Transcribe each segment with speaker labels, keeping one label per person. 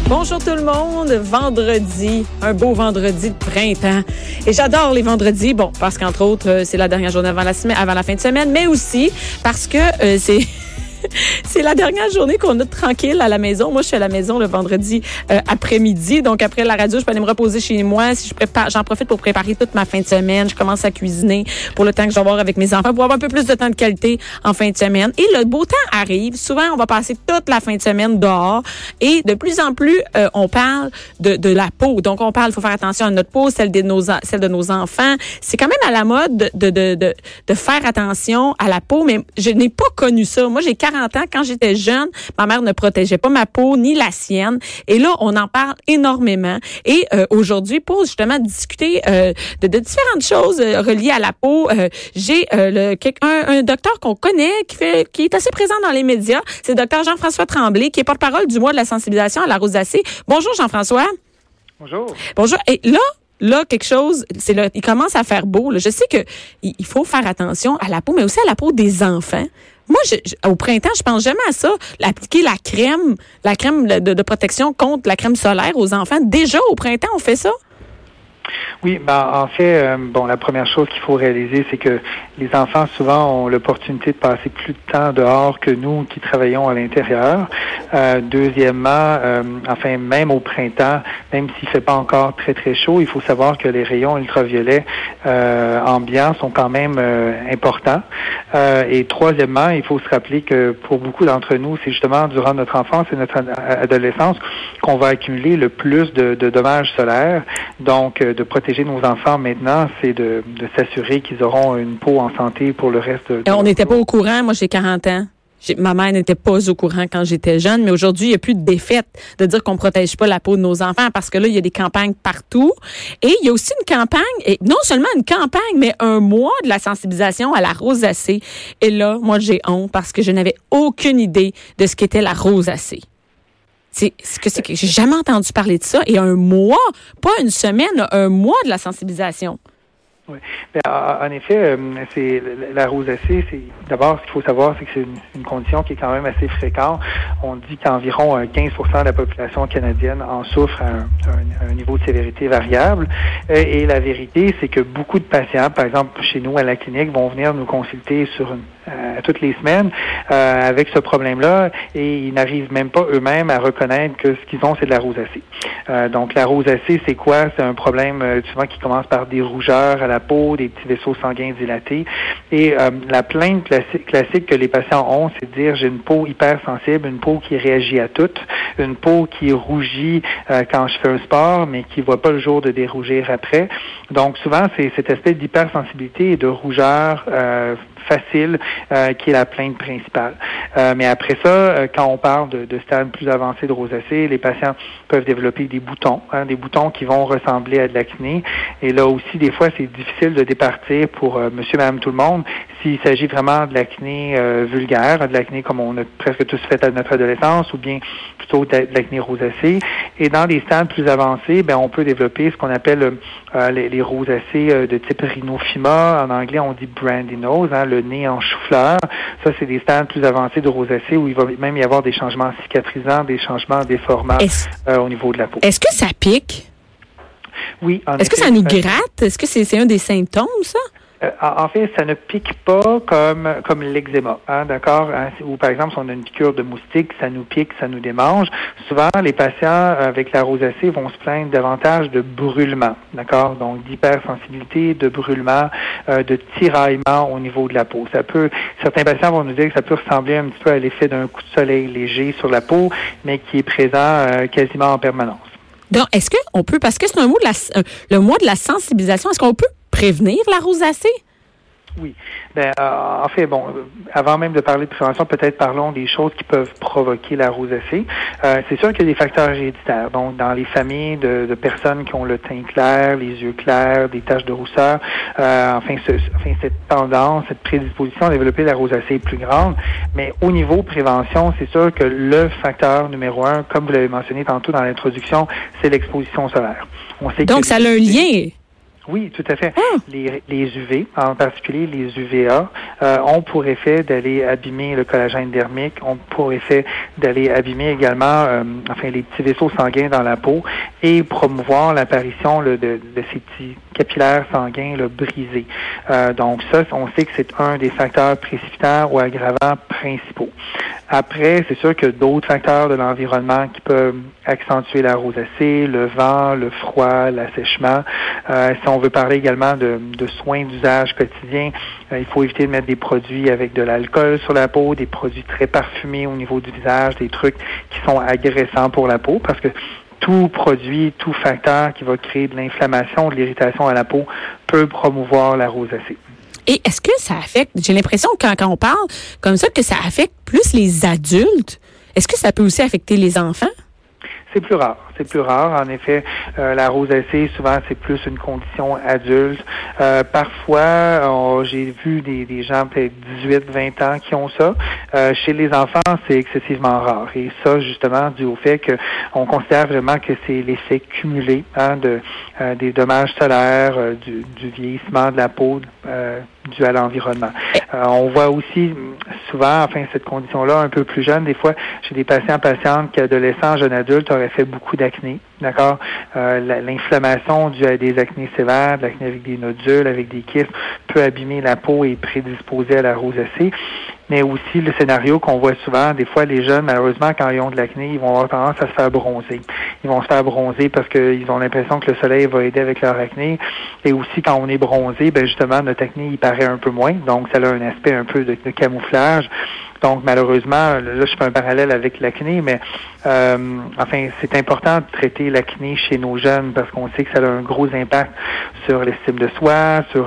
Speaker 1: Bonjour tout le monde, vendredi, un beau vendredi de printemps. Et j'adore les vendredis, bon, parce qu'entre autres, c'est la dernière journée avant la fin de semaine, mais aussi parce que c'est la dernière journée qu'on a tranquille à la maison. Moi, je suis à la maison le vendredi après-midi. Donc, après la radio, je peux aller me reposer chez moi. Si j'en profite pour préparer toute ma fin de semaine. Je commence à cuisiner pour le temps que je vais avoir avec mes enfants, pour avoir un peu plus de temps de qualité en fin de semaine. Et le beau temps arrive. Souvent, on va passer toute la fin de semaine dehors. Et de plus en plus, on parle de la peau. Donc, il faut faire attention à notre peau, celle de nos enfants. C'est quand même à la mode de faire attention à la peau, mais je n'ai pas connu ça. Moi, j'ai 40 ans. Quand j'étais jeune, ma mère ne protégeait pas ma peau ni la sienne. Et là, on en parle énormément. Et aujourd'hui, pour justement discuter de différentes choses reliées à la peau, j'ai un docteur qu'on connaît qui est assez présent dans les médias. C'est le docteur Jean-François Tremblay, qui est porte-parole du mois de la sensibilisation à la rosacée. Bonjour Jean-François.
Speaker 2: Bonjour.
Speaker 1: Bonjour. Et là, quelque chose, il commence à faire beau. Là. Je sais que il faut faire attention à la peau, mais aussi à la peau des enfants. Moi, au printemps, je pense jamais à ça. Appliquer la crème de protection contre la crème solaire aux enfants. Déjà, au printemps, on fait ça?
Speaker 2: Oui, en fait, la première chose qu'il faut réaliser, c'est que les enfants, souvent, ont l'opportunité de passer plus de temps dehors que nous qui travaillons à l'intérieur. Deuxièmement, même au printemps, même s'il fait pas encore très, très chaud, il faut savoir que les rayons ultraviolets ambiants sont quand même importants. Et troisièmement, il faut se rappeler que pour beaucoup d'entre nous, c'est justement durant notre enfance et notre adolescence qu'on va accumuler le plus de dommages solaires. Donc, de protéger nos enfants maintenant, c'est de s'assurer qu'ils auront une peau en santé pour le reste de
Speaker 1: on n'était pas au courant. Moi, j'ai 40 ans. Ma mère n'était pas au courant quand j'étais jeune, mais aujourd'hui, il n'y a plus de défaite de dire qu'on protège pas la peau de nos enfants parce que là, il y a des campagnes partout. Et il y a aussi une campagne, et non seulement une campagne, mais un mois de la sensibilisation à la rosacée. Et là, moi, j'ai honte parce que je n'avais aucune idée de ce qu'était la rosacée. J'ai jamais entendu parler de ça. Et un mois, pas une semaine, un mois de la sensibilisation.
Speaker 2: Oui. En effet, c'est la rosacée. C'est d'abord, ce qu'il faut savoir, c'est que c'est une condition qui est quand même assez fréquente. On dit qu'environ 15% de la population canadienne en souffre à un niveau de sévérité variable. Et la vérité, c'est que beaucoup de patients, par exemple chez nous à la clinique, vont venir nous consulter toutes les semaines avec ce problème-là, et ils n'arrivent même pas eux-mêmes à reconnaître que ce qu'ils ont, c'est de la rosacée. Donc la rosacée, c'est quoi? C'est un problème souvent qui commence par des rougeurs à la peau, des petits vaisseaux sanguins dilatés. Et la plainte classique que les patients ont, c'est de dire j'ai une peau hypersensible, une peau qui réagit à tout, une peau qui rougit quand je fais un sport, mais qui voit pas le jour de dérougir après. Donc souvent, c'est cette espèce d'hypersensibilité et de rougeur facile qui est la plainte principale. Mais après ça, quand on parle de stades plus avancés de rosacée, les patients peuvent développer des boutons qui vont ressembler à de l'acné. Et là aussi, des fois, c'est difficile de départir pour monsieur, madame, tout le monde s'il s'agit vraiment de l'acné vulgaire, de l'acné comme on a presque tous fait à notre adolescence, ou bien plutôt de l'acné rosacée. Et dans les stades plus avancés, on peut développer ce qu'on appelle les rosacées de type rhinophyma. En anglais, on dit brandy nose, le nez en chou-fleur. Ça, c'est des stades plus avancés de rosacée où il va même y avoir des changements cicatrisants, des changements déformants au niveau de la peau.
Speaker 1: Est-ce que ça pique?
Speaker 2: Oui.
Speaker 1: Est-ce que ça nous gratte? Est-ce que c'est un des symptômes, ça?
Speaker 2: En fait, ça ne pique pas comme l'eczéma, d'accord? Ou par exemple, si on a une piqûre de moustique, ça nous pique, ça nous démange. Souvent, les patients avec la rosacée vont se plaindre davantage de brûlement, d'accord? Donc, d'hypersensibilité, de brûlement, de tiraillement au niveau de la peau. Certains patients vont nous dire que ça peut ressembler un petit peu à l'effet d'un coup de soleil léger sur la peau, mais qui est présent quasiment en permanence.
Speaker 1: Donc, est-ce qu'on peut, parce que c'est le mois de la sensibilisation, est-ce qu'on peut prévenir la rosacée?
Speaker 2: Oui. En fait, avant même de parler de prévention, peut-être parlons des choses qui peuvent provoquer la rosacée. C'est sûr qu'il y a des facteurs héréditaires. Donc, dans les familles de personnes qui ont le teint clair, les yeux clairs, des taches de rousseur, cette tendance, cette prédisposition à développer la rosacée est plus grande. Mais au niveau prévention, c'est sûr que le facteur numéro 1, comme vous l'avez mentionné tantôt dans l'introduction, c'est l'exposition solaire.
Speaker 1: Donc, ça a un lien.
Speaker 2: Oui, tout à fait. Les UV, en particulier les UVA, ont pour effet d'aller abîmer le collagène dermique, ont pour effet d'aller abîmer également les petits vaisseaux sanguins dans la peau et promouvoir l'apparition de ces petits capillaires sanguins brisés. Donc ça, on sait que c'est un des facteurs précipitants ou aggravants principaux. Après, c'est sûr qu'il y a d'autres facteurs de l'environnement qui peuvent accentuer la rosacée, le vent, le froid, l'assèchement. Si on veut parler également de soins d'usage quotidien, il faut éviter de mettre des produits avec de l'alcool sur la peau, des produits très parfumés au niveau du visage, des trucs qui sont agressants pour la peau, parce que tout produit, tout facteur qui va créer de l'inflammation, de l'irritation à la peau peut promouvoir la rosacée.
Speaker 1: Et est-ce que ça affecte, j'ai l'impression que quand on parle comme ça, que ça affecte plus les adultes. Est-ce que ça peut aussi affecter les enfants?
Speaker 2: C'est plus rare. C'est plus rare. En effet, la rosacée, souvent, c'est plus une condition adulte. Parfois, j'ai vu des gens peut-être 18, 20 ans qui ont ça. Chez les enfants, c'est excessivement rare. Et ça, justement, dû au fait qu'on considère vraiment que c'est l'effet cumulé des dommages solaires, du vieillissement de la peau dû à l'environnement. On voit aussi souvent, cette condition-là, un peu plus jeune, des fois, chez des patientes qui, adolescents, jeunes adultes, auraient fait beaucoup d'acné. D'accord? L'inflammation due à des acnés sévères, de l'acné avec des nodules, avec des kystes, peut abîmer la peau et prédisposer à la rosacée. Mais aussi, le scénario qu'on voit souvent, des fois, les jeunes, malheureusement, quand ils ont de l'acné, ils vont avoir tendance à se faire bronzer. Ils vont se faire bronzer parce qu'ils ont l'impression que le soleil va aider avec leur acné. Et aussi, quand on est bronzé, justement, notre acné, il paraît un peu moins. Donc, ça a un aspect un peu de camouflage. Donc, malheureusement, là, je fais un parallèle avec l'acné, mais c'est important de traiter l'acné chez nos jeunes parce qu'on sait que ça a un gros impact sur l'estime de soi, sur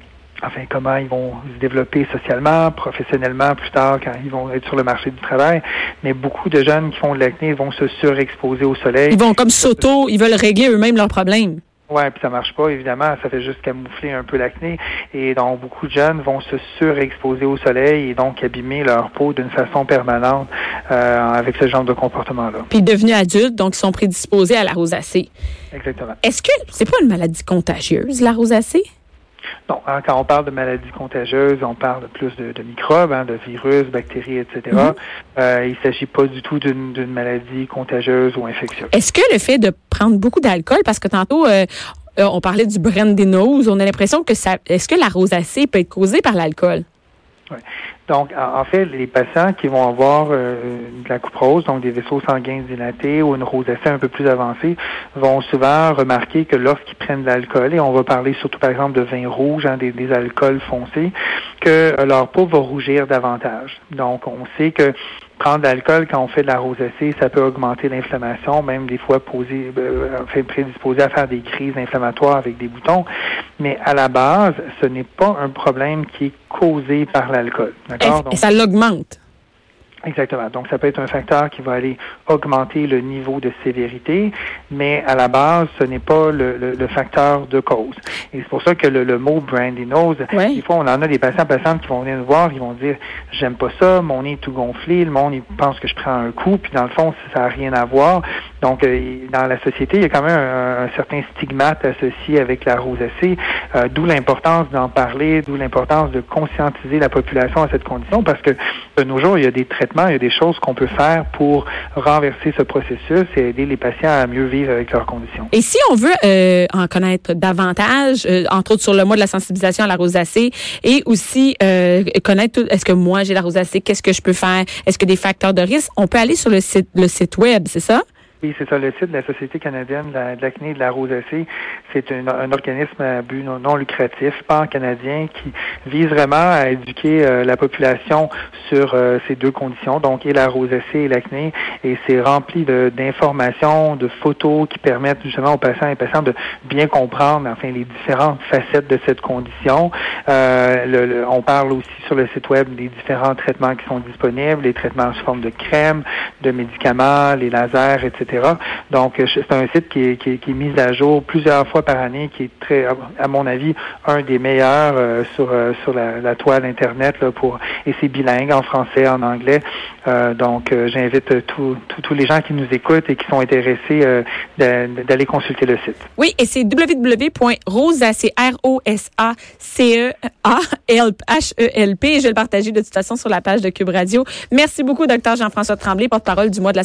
Speaker 2: comment ils vont se développer socialement, professionnellement plus tard quand ils vont être sur le marché du travail. Mais beaucoup de jeunes qui font de l'acné vont se surexposer au soleil.
Speaker 1: Ils vont comme ils veulent régler eux-mêmes leurs problèmes.
Speaker 2: Ouais, puis ça marche pas, évidemment, ça fait juste camoufler un peu l'acné. Et donc, beaucoup de jeunes vont se surexposer au soleil et donc abîmer leur peau d'une façon permanente avec ce genre de comportement-là.
Speaker 1: Puis devenus adultes, donc ils sont prédisposés à la rosacée.
Speaker 2: Exactement.
Speaker 1: Est-ce que c'est pas une maladie contagieuse, la rosacée?
Speaker 2: Non, quand on parle de maladies contagieuses, on parle plus de microbes, de virus, bactéries, etc. Il ne s'agit pas du tout d'une maladie contagieuse ou infectieuse.
Speaker 1: Est-ce que le fait de prendre beaucoup d'alcool, parce que tantôt, on parlait du Brandinose, on a l'impression que est-ce que la rosacée peut être causée par l'alcool?
Speaker 2: Oui. Donc, en fait, les patients qui vont avoir de la cuprose, donc des vaisseaux sanguins dilatés ou une rosacée un peu plus avancée, vont souvent remarquer que lorsqu'ils prennent de l'alcool, et on va parler surtout par exemple de vin rouge, des alcools foncés, que leur peau va rougir davantage. Donc, on sait que prendre de l'alcool quand on fait de la rosacée, ça peut augmenter l'inflammation, même des fois prédisposer à faire des crises inflammatoires avec des boutons. Mais à la base, ce n'est pas un problème qui est causé par l'alcool. D'accord?
Speaker 1: Et ça l'augmente.
Speaker 2: Exactement. Donc, ça peut être un facteur qui va aller augmenter le niveau de sévérité, mais à la base, ce n'est pas le facteur de cause. Et c'est pour ça que le mot Brandinose, des fois, on en a des patientes qui vont venir nous voir, ils vont dire, j'aime pas ça, mon nez est tout gonflé, le monde, il pense que je prends un coup, puis dans le fond, ça n'a rien à voir. Donc, dans la société, il y a quand même un certain stigmate associé avec la rosacée, d'où l'importance d'en parler, d'où l'importance de conscientiser la population à cette condition, parce que de nos jours, il y a des traitements, il y a des choses qu'on peut faire pour renverser ce processus et aider les patients à mieux vivre avec leurs conditions.
Speaker 1: Et si on veut en connaître davantage, entre autres sur le mois de la sensibilisation à la rosacée, et aussi connaître est-ce que moi j'ai la rosacée, qu'est-ce que je peux faire, est-ce que des facteurs de risque, on peut aller sur le site web, c'est ça?
Speaker 2: Oui, c'est ça. Le site de la Société canadienne de l'acné et de la rosacée, c'est un organisme à but non lucratif, pan-canadien, qui vise vraiment à éduquer la population sur ces deux conditions, donc et la rosacée et l'acné. Et c'est rempli d'informations, de photos qui permettent justement aux patients et patientes de bien comprendre, les différentes facettes de cette condition. On parle aussi sur le site web des différents traitements qui sont disponibles, les traitements sous forme de crème, de médicaments, les lasers, etc. etc. Donc, c'est un site qui est mis à jour plusieurs fois par année, qui est très, à mon avis, un des meilleurs sur la toile Internet là, et c'est bilingue en français, en anglais. Donc, j'invite tous les gens qui nous écoutent et qui sont intéressés d'aller consulter le site.
Speaker 1: Oui, et c'est www.rosacehelp. Je vais le partager de toute façon sur la page de Cube Radio. Merci beaucoup, Dr. Jean-François Tremblay, porte-parole du mois de la